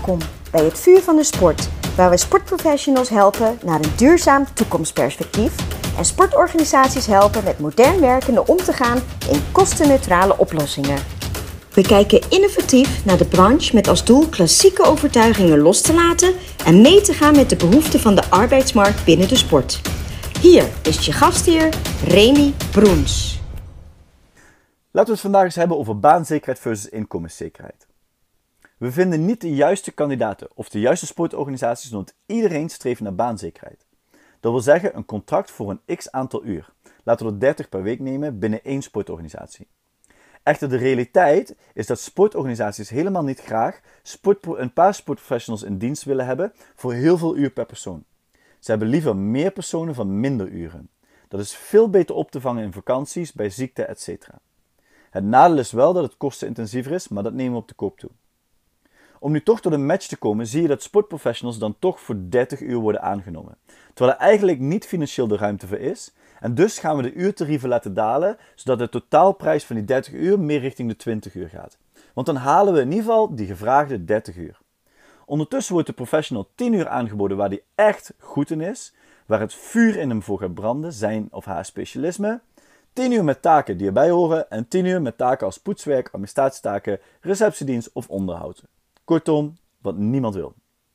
Welkom bij het Vuur van de Sport, waar we sportprofessionals helpen naar een duurzaam toekomstperspectief en sportorganisaties helpen met modern werkende om te gaan in kostenneutrale oplossingen. We kijken innovatief naar de branche met als doel klassieke overtuigingen los te laten en mee te gaan met de behoeften van de arbeidsmarkt binnen de sport. Hier is je gastheer Remy Broens. Laten we het vandaag eens hebben over baanzekerheid versus inkomenszekerheid. We vinden niet de juiste kandidaten of de juiste sportorganisaties, omdat iedereen streeft naar baanzekerheid. Dat wil zeggen een contract voor een x aantal uur. Laten we er 30 per week nemen binnen één sportorganisatie. Echter, de realiteit is dat sportorganisaties helemaal niet graag een paar sportprofessionals in dienst willen hebben voor heel veel uur per persoon. Ze hebben liever meer personen van minder uren. Dat is veel beter op te vangen in vakanties, bij ziekte, etc. Het nadeel is wel dat het kostenintensiever is, maar dat nemen we op de koop toe. Om nu toch tot een match te komen, zie je dat sportprofessionals dan toch voor 30 uur worden aangenomen. Terwijl er eigenlijk niet financieel de ruimte voor is. En dus gaan we de uurtarieven laten dalen, zodat de totaalprijs van die 30 uur meer richting de 20 uur gaat. Want dan halen we in ieder geval die gevraagde 30 uur. Ondertussen wordt de professional 10 uur aangeboden waar hij echt goed in is, waar het vuur in hem voor gaat branden, zijn of haar specialisme. 10 uur met taken die erbij horen en 10 uur met taken als poetswerk, administratietaken, receptiedienst of onderhoud. Kortom, wat niemand wil.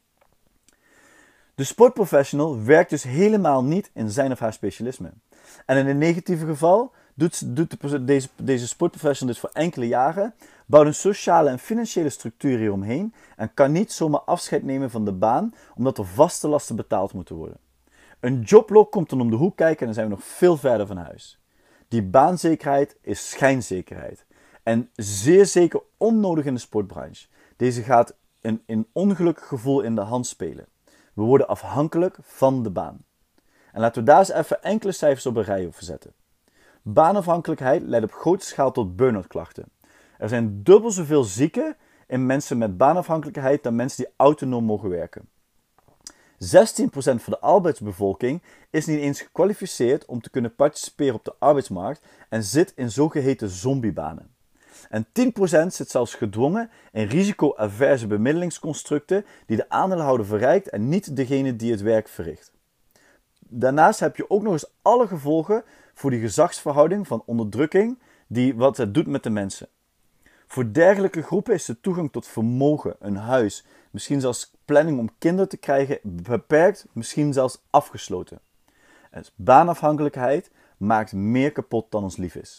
De sportprofessional werkt dus helemaal niet in zijn of haar specialisme. En in een negatieve geval doet deze sportprofessional dit voor enkele jaren, bouwt een sociale en financiële structuur hieromheen en kan niet zomaar afscheid nemen van de baan, omdat er vaste lasten betaald moeten worden. Een joblog komt dan om de hoek kijken en dan zijn we nog veel verder van huis. Die baanzekerheid is schijnzekerheid. En zeer zeker onnodig in de sportbranche. Deze gaat een ongelukkig gevoel in de hand spelen. We worden afhankelijk van de baan. En laten we daar eens even enkele cijfers op een rij over zetten. Baanafhankelijkheid leidt op grote schaal tot burn-out klachten. Er zijn dubbel zoveel zieken in mensen met baanafhankelijkheid dan mensen die autonoom mogen werken. 16% van de arbeidsbevolking is niet eens gekwalificeerd om te kunnen participeren op de arbeidsmarkt en zit in zogeheten zombiebanen. En 10% zit zelfs gedwongen in risico-averse bemiddelingsconstructen die de aandeelhouder verrijkt en niet degene die het werk verricht. Daarnaast heb je ook nog eens alle gevolgen voor die gezagsverhouding van onderdrukking wat het doet met de mensen. Voor dergelijke groepen is de toegang tot vermogen, een huis, misschien zelfs planning om kinderen te krijgen beperkt, misschien zelfs afgesloten. En baanafhankelijkheid maakt meer kapot dan ons lief is.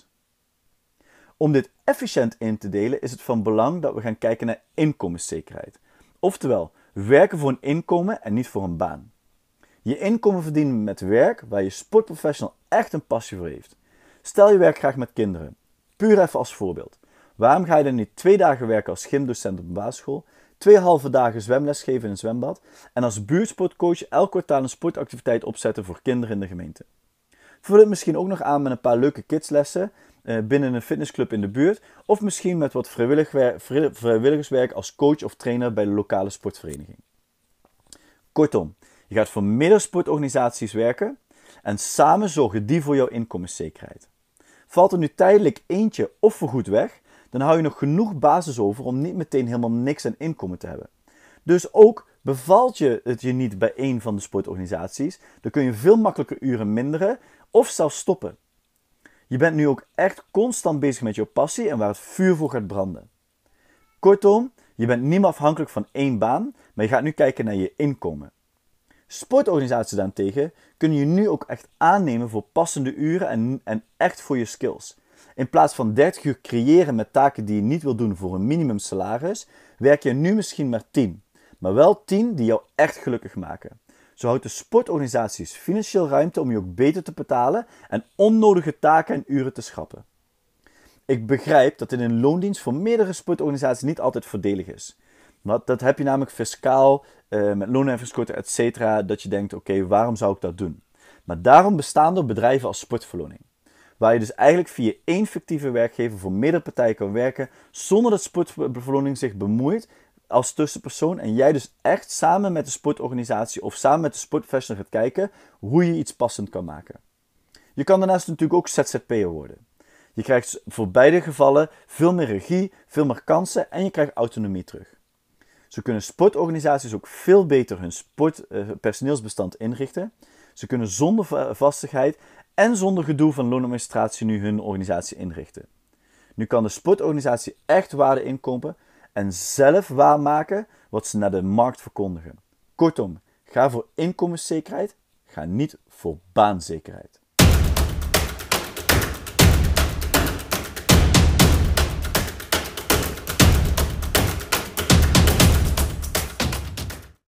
Om dit efficiënt in te delen is het van belang dat we gaan kijken naar inkomenszekerheid. Oftewel, werken voor een inkomen en niet voor een baan. Je inkomen verdienen met werk waar je sportprofessional echt een passie voor heeft. Stel je werkt graag met kinderen. Puur even als voorbeeld. Waarom ga je dan niet 2 dagen werken als gymdocent op een basisschool, 2 halve dagen zwemles geven in een zwembad en als buurtsportcoach elk kwartaal een sportactiviteit opzetten voor kinderen in de gemeente? Vul het misschien ook nog aan met een paar leuke kidslessen binnen een fitnessclub in de buurt of misschien met wat vrijwilligerswerk als coach of trainer bij de lokale sportvereniging. Kortom, je gaat voor meerdere sportorganisaties werken en samen zorgen die voor jouw inkomenszekerheid. Valt er nu tijdelijk eentje of voorgoed weg, dan hou je nog genoeg basis over om niet meteen helemaal niks aan inkomen te hebben. Dus ook bevalt het je niet bij één van de sportorganisaties, dan kun je veel makkelijker uren minderen of zelfs stoppen. Je bent nu ook echt constant bezig met jouw passie en waar het vuur voor gaat branden. Kortom, je bent niet meer afhankelijk van één baan, maar je gaat nu kijken naar je inkomen. Sportorganisaties daarentegen kunnen je nu ook echt aannemen voor passende uren en echt voor je skills. In plaats van 30 uur creëren met taken die je niet wil doen voor een minimum salaris, werk je nu misschien maar 10. Maar wel 10 die jou echt gelukkig maken. Zo houdt de sportorganisaties financieel ruimte om je ook beter te betalen en onnodige taken en uren te schrappen. Ik begrijp dat dit in loondienst voor meerdere sportorganisaties niet altijd voordelig is. Maar dat heb je namelijk fiscaal, met loonheffingskorting, etc. dat je denkt, oké, waarom zou ik dat doen? Maar daarom bestaan er bedrijven als sportverloning. Waar je dus eigenlijk via één fictieve werkgever voor meerdere partijen kan werken, zonder dat sportverloning zich bemoeit als tussenpersoon. En jij dus echt samen met de sportorganisatie of samen met de sportprofessional gaat kijken hoe je iets passend kan maken. Je kan daarnaast natuurlijk ook ZZP'er worden. Je krijgt voor beide gevallen veel meer regie, veel meer kansen en je krijgt autonomie terug. Zo kunnen sportorganisaties ook veel beter hun personeelsbestand inrichten. Ze kunnen zonder vastigheid en zonder gedoe van loonadministratie nu hun organisatie inrichten. Nu kan de sportorganisatie echt waarde inkopen en zelf waarmaken wat ze naar de markt verkondigen. Kortom, ga voor inkomenszekerheid, ga niet voor baanzekerheid.